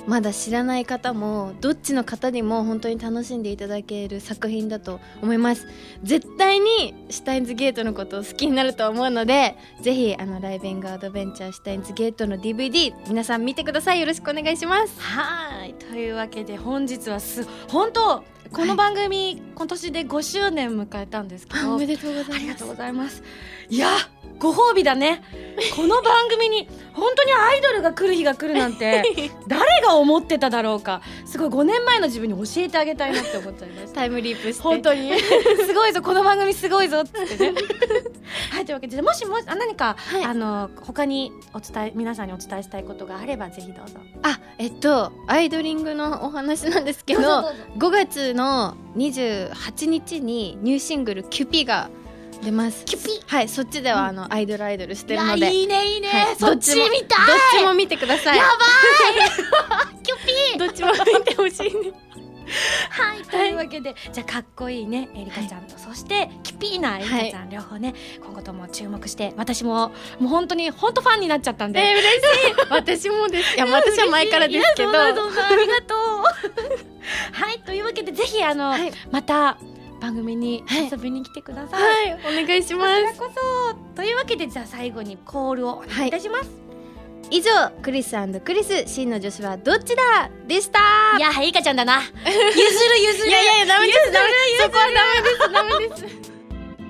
まだ知らない方もどっちの方にも本当に楽しんでいただける作品だと思います。絶対にシュタインズゲートのことを好きになると思うので、ぜひあのライビングアドベンチャーシュタインズゲートの ディーブイディー 皆さん見てください。よろしくお願いします。 はい、というわけで本日はす本当この番組、はい、今年でごしゅうねん迎えたんですけど、 おめでとうございます。 ありがとうございます。いやご褒美だね。この番組に本当にアイドルが来る日が来るなんて誰が思ってただろうか。すごいごねんまえの自分に教えてあげたいなって思っちゃいました。 タイムリープして本当にすごいぞこの番組すごいぞっつってねはい、というわけでもしもあ何か、はい、あの他にお伝え皆さんにお伝えしたいことがあればぜひどうぞ。 あえっとアイドリングのお話なんですけど、どうぞどうぞ。ごがつのにじゅうはちにちにニューシングルキュピが出ます。 キュピ、 はい、そっちではあの、うん、アイドルアイドルしてるので、 いいねいいね、はい、 そっち見たい。どっちも見てください。 やばいキュピどっちも見てほしいねはい、というわけで、じゃあかっこいいねエリカちゃんと、はい、そしてキュピーなエリカちゃん、はい、両方ね今後とも注目して、私ももう本当に本当ファンになっちゃったんで、 えー、嬉しい私もです。いや私は前からですけど、 ありがとうはい、というわけでぜひあの、はい、また番組に遊びに来てください。 はい、はい、お願いします。 こちらこそ。というわけでじゃあ最後にコールをお願いいたします。はい、 以上クリス&クリス真の女子はどっちだでした。 いやエリカちゃんだな。譲る譲る。 いやいやいやダメですダメです。そこはダメですダメです。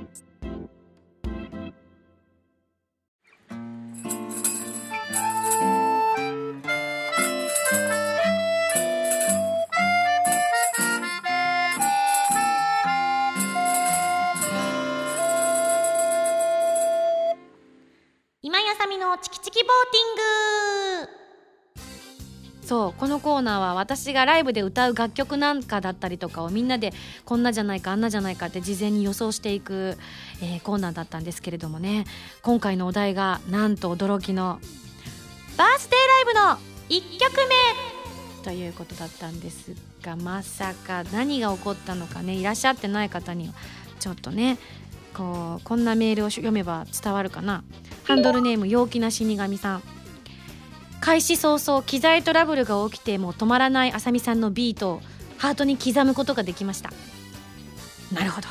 今やさみのチキチキボーティング。そうこのコーナーは私がライブで歌う楽曲なんかだったりとかをみんなでこんなじゃないかあんなじゃないかって事前に予想していく、えー、コーナーだったんですけれどもね、今回のお題がなんと驚きのバースデーライブのいっきょくめということだったんですが、まさか何が起こったのかね、いらっしゃってない方にはちょっとねこうこんなメールを読めば伝わるかな。ハンドルネーム陽気な死神さん。開始早々機材トラブルが起きても止まらないあさみさんのビートをハートに刻むことができました。なるほど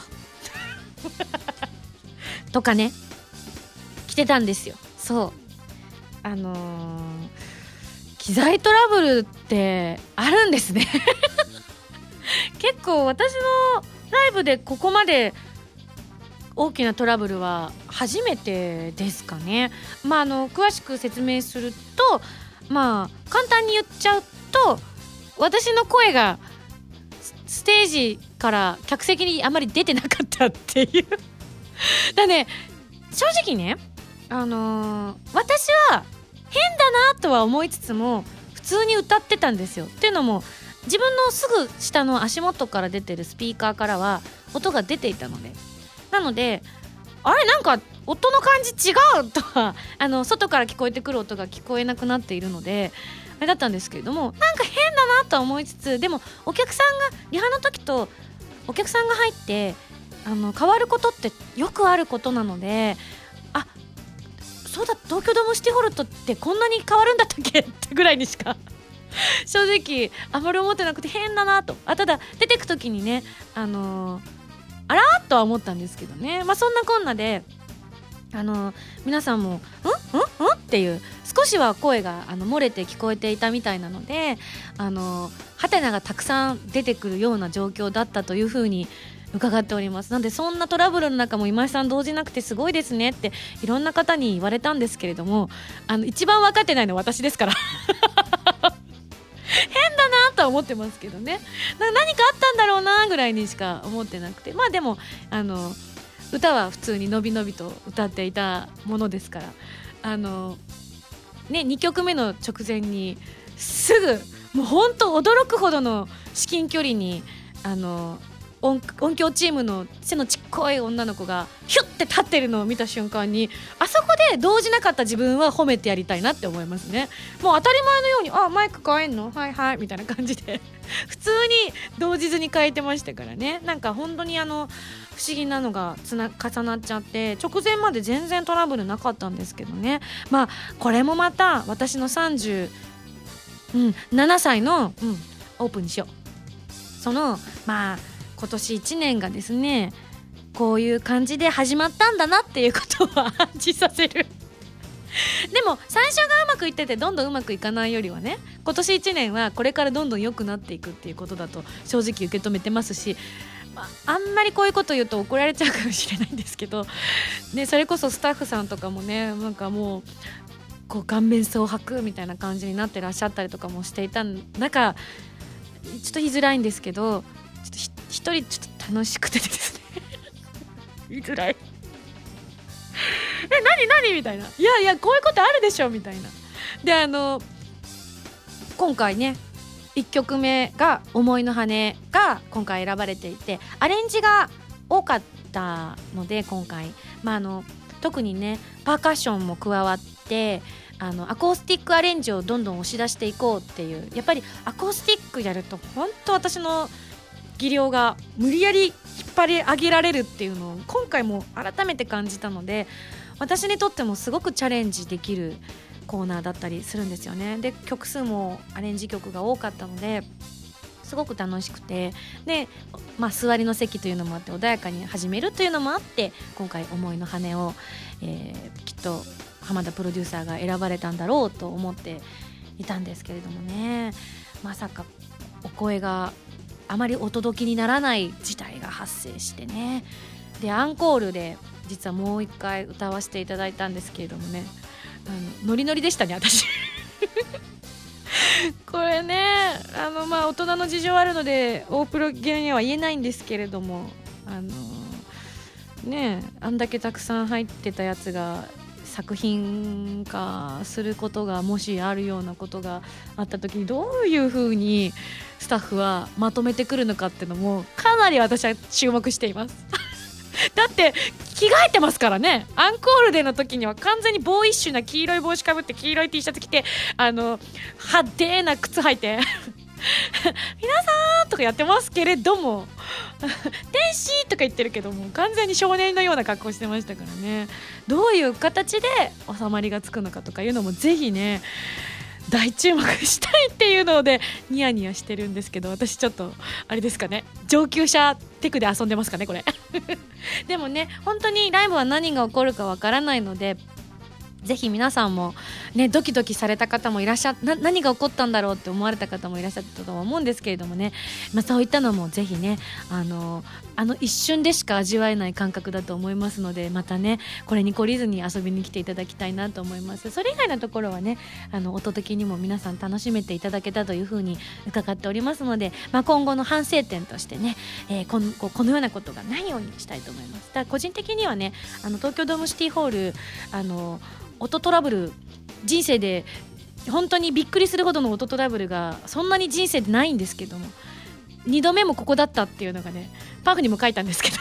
とかね来てたんですよ。そうあのー、機材トラブルってあるんですね結構私のライブでここまで大きなトラブルは初めてですかね。まああの詳しく説明すると、まあ簡単に言っちゃうと、私の声がステージから客席にあまり出てなかったっていうだね、正直ね、あのー、私は変だなとは思いつつも普通に歌ってたんですよ。っていうのも自分のすぐ下の足元から出てるスピーカーからは音が出ていたので、なのであれなんか音の感じ違うとはあの外から聞こえてくる音が聞こえなくなっているのであれだったんですけれども、なんか変だなとは思いつつ、でもお客さんがリハの時とお客さんが入ってあの変わることってよくあることなので、あそうだ東京ドームシティホールとってこんなに変わるんだったっけってぐらいにしか正直あまり思ってなくて変だなと。あただ出てく時にねあのーあらーとは思ったんですけどね。まあそんなこんなであの皆さんもんんんんっていう少しは声があの漏れて聞こえていたみたいなので、あのハテナがたくさん出てくるような状況だったというふうに伺っております。なのでそんなトラブルの中も今井さん動じなくてすごいですねっていろんな方に言われたんですけれども、あの一番分かってないのは私ですから変だなとは思ってますけどね。な何かあったんだろうなぐらいにしか思ってなくて、まあでもあの歌は普通にのびのびと歌っていたものですから、あのねにきょくめの直前にすぐもう本当驚くほどの至近距離にあの 音, 音響チームの背のちっこい女の子がヒュッて立ってるのを見た瞬間に、あそこで動じなかった自分は褒めてやりたいなって思いますね。もう当たり前のようにあマイク変えんのはいはいみたいな感じで普通に動じずに変えてましたからね。なんか本当にあの不思議なのがつな重なっちゃって、直前まで全然トラブルなかったんですけどね。まあこれもまた私のさんじゅううん、ななさいの、うん、オープンにしよう。そのまあ今年いちねんがですねこういう感じで始まったんだなっていうことを暗示させるでも最初がうまくいっててどんどんうまくいかないよりはね、今年いちねんはこれからどんどん良くなっていくっていうことだと正直受け止めてますし、まあ、あんまりこういうこと言うと怒られちゃうかもしれないんですけど、ね、それこそスタッフさんとかもねなんかもうこう顔面蒼白みたいな感じになってらっしゃったりとかもしていた中、ちょっと言いづらいんですけど、ちょっとひ一人ちょっと楽しくてですね言いづらいえ何何みたいな、いやいやこういうことあるでしょみたいな。であの今回ねいっきょくめが思いの羽が今回選ばれていて、アレンジが多かったので今回、まあ、あの特にねパーカッションも加わってあのアコースティックアレンジをどんどん押し出していこうっていう、やっぱりアコースティックやると本当私の技量が無理やり引っ張り上げられるっていうのを今回も改めて感じたので、私にとってもすごくチャレンジできるコーナーだったりするんですよね。で曲数もアレンジ曲が多かったのですごく楽しくて、で、まあ、座りの席というのもあって穏やかに始めるというのもあって今回思いの羽を、えー、きっと浜田プロデューサーが選ばれたんだろうと思っていたんですけれどもね、まさかお声があまりお届けにならない事態が発生してね、でアンコールで実はもう一回歌わせていただいたんですけれどもね、あのノリノリでしたね私これねあのまあ大人の事情あるので大プロ芸には言えないんですけれども、あのねあんだけたくさん入ってたやつが作品化することがもしあるようなことがあった時にどういう風にスタッフはまとめてくるのかっていうのもかなり私は注目していますだって着替えてますからね。アンコールでの時には完全にボーイッシュな黄色い帽子かぶって黄色い T シャツ着てあの派手な靴履いて皆さんとかやってますけれども天使とか言ってるけども完全に少年のような格好してましたからね。どういう形で収まりがつくのかとかいうのもぜひね大注目したいっていうのでニヤニヤしてるんですけど、私ちょっとあれですかね、上級者テクで遊んでますかねこれでもね本当にライブは何が起こるかわからないので、ぜひ皆さんもねドキドキされた方もいらっしゃな何が起こったんだろうって思われた方もいらっしゃったと思うんですけれどもね、まあ、そういったのもぜひねあのあの一瞬でしか味わえない感覚だと思いますので、またねこれに懲りずに遊びに来ていただきたいなと思います。それ以外のところはねあの音的にも皆さん楽しめていただけたというふうに伺っておりますので、まあ、今後の反省点としてね、えー、この、このようなことがないようにしたいと思います。だから個人的にはねあの東京ドームシティホールあの音トラブル人生で本当にびっくりするほどの音トラブルがそんなに人生でないんですけども、にどめもここだったっていうのがねパフにも書いたんですけど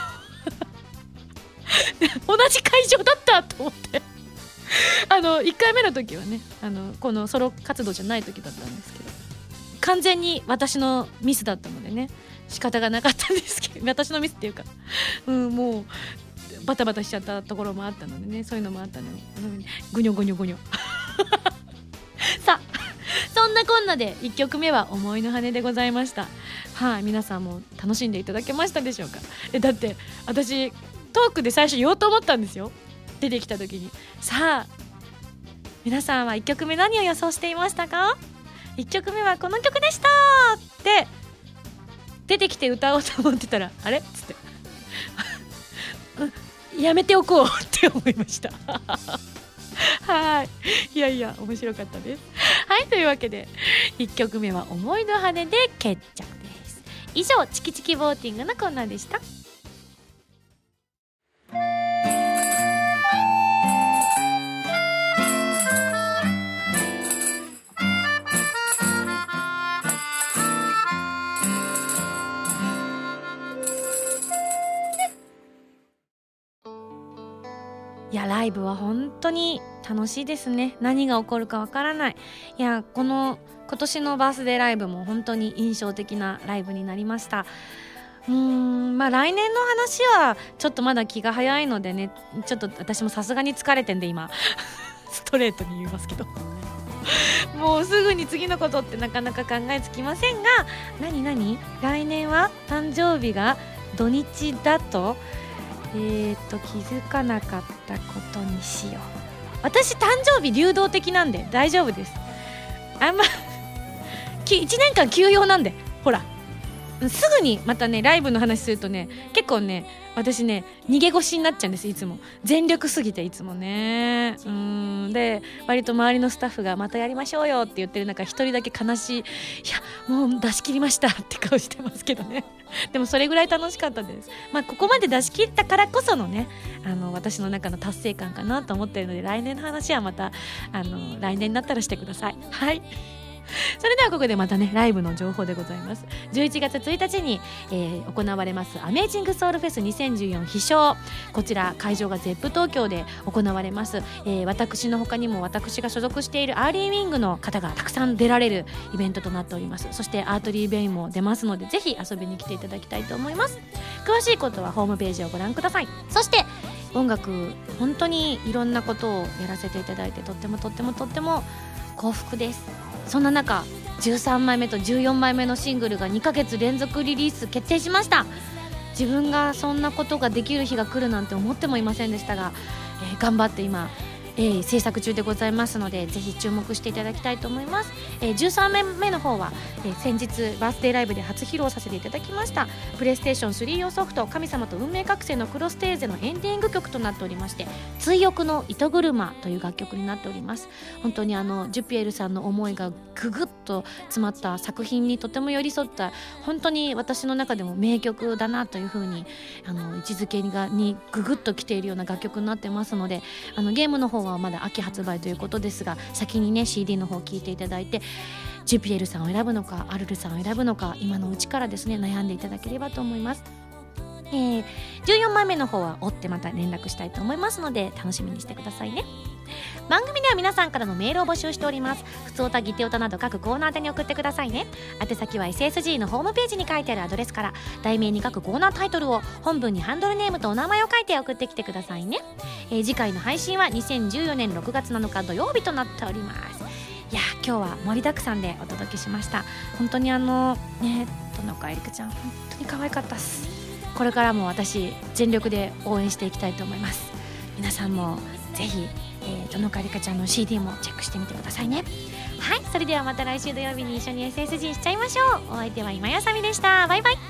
同じ会場だったと思ってあのいっかいめの時はねあのこのソロ活動じゃない時だったんですけど完全に私のミスだったのでね仕方がなかったんですけど、私のミスっていうか、うん、もうバタバタしちゃったところもあったのでね、そういうのもあったのでゴニョゴニョゴニョさあそんなこんなでいっきょくめは思いの羽でございました。はい、皆さんも楽しんでいただけましたでしょうか。えだって私トークで最初言おうと思ったんですよ。出てきた時にさあ皆さんはいっきょくめ何を予想していましたか。いっきょくめはこの曲でしたって出てきて歌おうと思ってたらあれっつってやめておこうって思いましたはいいやいや面白かったです。はいというわけでいっきょくめは思いの羽で決着です。以上チキチキボーティングのコーナーでした。いやライブは本当に楽しいですね。何が起こるかわからない。いやこの今年のバースデーライブも本当に印象的なライブになりました。うーんまあ来年の話はちょっとまだ気が早いのでね、ちょっと私もさすがに疲れてんで今ストレートに言いますけどもうすぐに次のことってなかなか考えつきませんが、何何来年は誕生日が土日だとえーと気づかなかったことにしよう。私誕生日流動的なんで大丈夫です。あんまいちねんかん休養なんで、ほらすぐにまたねライブの話するとね結構ね私ね逃げ腰になっちゃうんです。いつも全力すぎていつもねうーんで割と周りのスタッフがまたやりましょうよって言ってる中一人だけ悲しい、いやもう出し切りましたって顔してますけどねでもそれぐらい楽しかったです。まあここまで出し切ったからこそのねあの私の中の達成感かなと思っているので、来年の話はまたあの来年になったらしてください。はい、それではここでまたねライブの情報でございます。じゅういちがつついたちに、えー、行われますアメージングソウルフェスにせんじゅうよん飛翔、こちら会場が ゼップ 東京で行われます、えー、私の他にも私が所属しているアーリーウィングの方がたくさん出られるイベントとなっております。そしてアートリーベインも出ますのでぜひ遊びに来ていただきたいと思います。詳しいことはホームページをご覧ください。そして音楽本当にいろんなことをやらせていただいてとってもとってもとっても幸福です。そんな中じゅうさんまいめとじゅうよんまいめのシングルがにかげつ連続リリース決定しました。自分がそんなことができる日が来るなんて思ってもいませんでしたが、えー、頑張って今、えー、制作中でございますのでぜひ注目していただきたいと思います。えー、じゅうさんまいめの方は、えー、先日バースデーライブで初披露させていただきましたプレイステーションスリー用ソフト神様と運命覚醒のクロステーゼのエンディング曲となっておりまして、追憶の糸車という楽曲になっております。本当にあのジュピエルさんの思いがぐぐっと詰まった作品にとても寄り添った本当に私の中でも名曲だなというふうにあの位置づけがにぐぐっと来ているような楽曲になってますので、あのゲームの方はまだ秋発売ということですが先にね シーディー の方を聴いていただいてジュピエルさんを選ぶのかアルルさんを選ぶのか今のうちからですね悩んでいただければと思います。えー、じゅうよんまいめの方は追ってまた連絡したいと思いますので楽しみにしてくださいね。番組では皆さんからのメールを募集しております。ふつおたぎておたなど各コーナー宛てに送ってくださいね。宛先は エスエスジー のホームページに書いてあるアドレスから題名に各コーナータイトルを本文にハンドルネームとお名前を書いて送ってきてくださいね。えー、次回の配信はにせんじゅうよねんろくがつなのか土曜日となっております。いや今日は盛りだくさんでお届けしました。本当にあのねとのかえりかちゃん本当に可愛かったっす。これからも私全力で応援していきたいと思います。皆さんもぜひ、えー、とのかえりかちゃんの シーディー もチェックしてみてくださいね。はい、それではまた来週土曜日に一緒に エスエスジー しちゃいましょう。お相手は今やさみでした。バイバイ。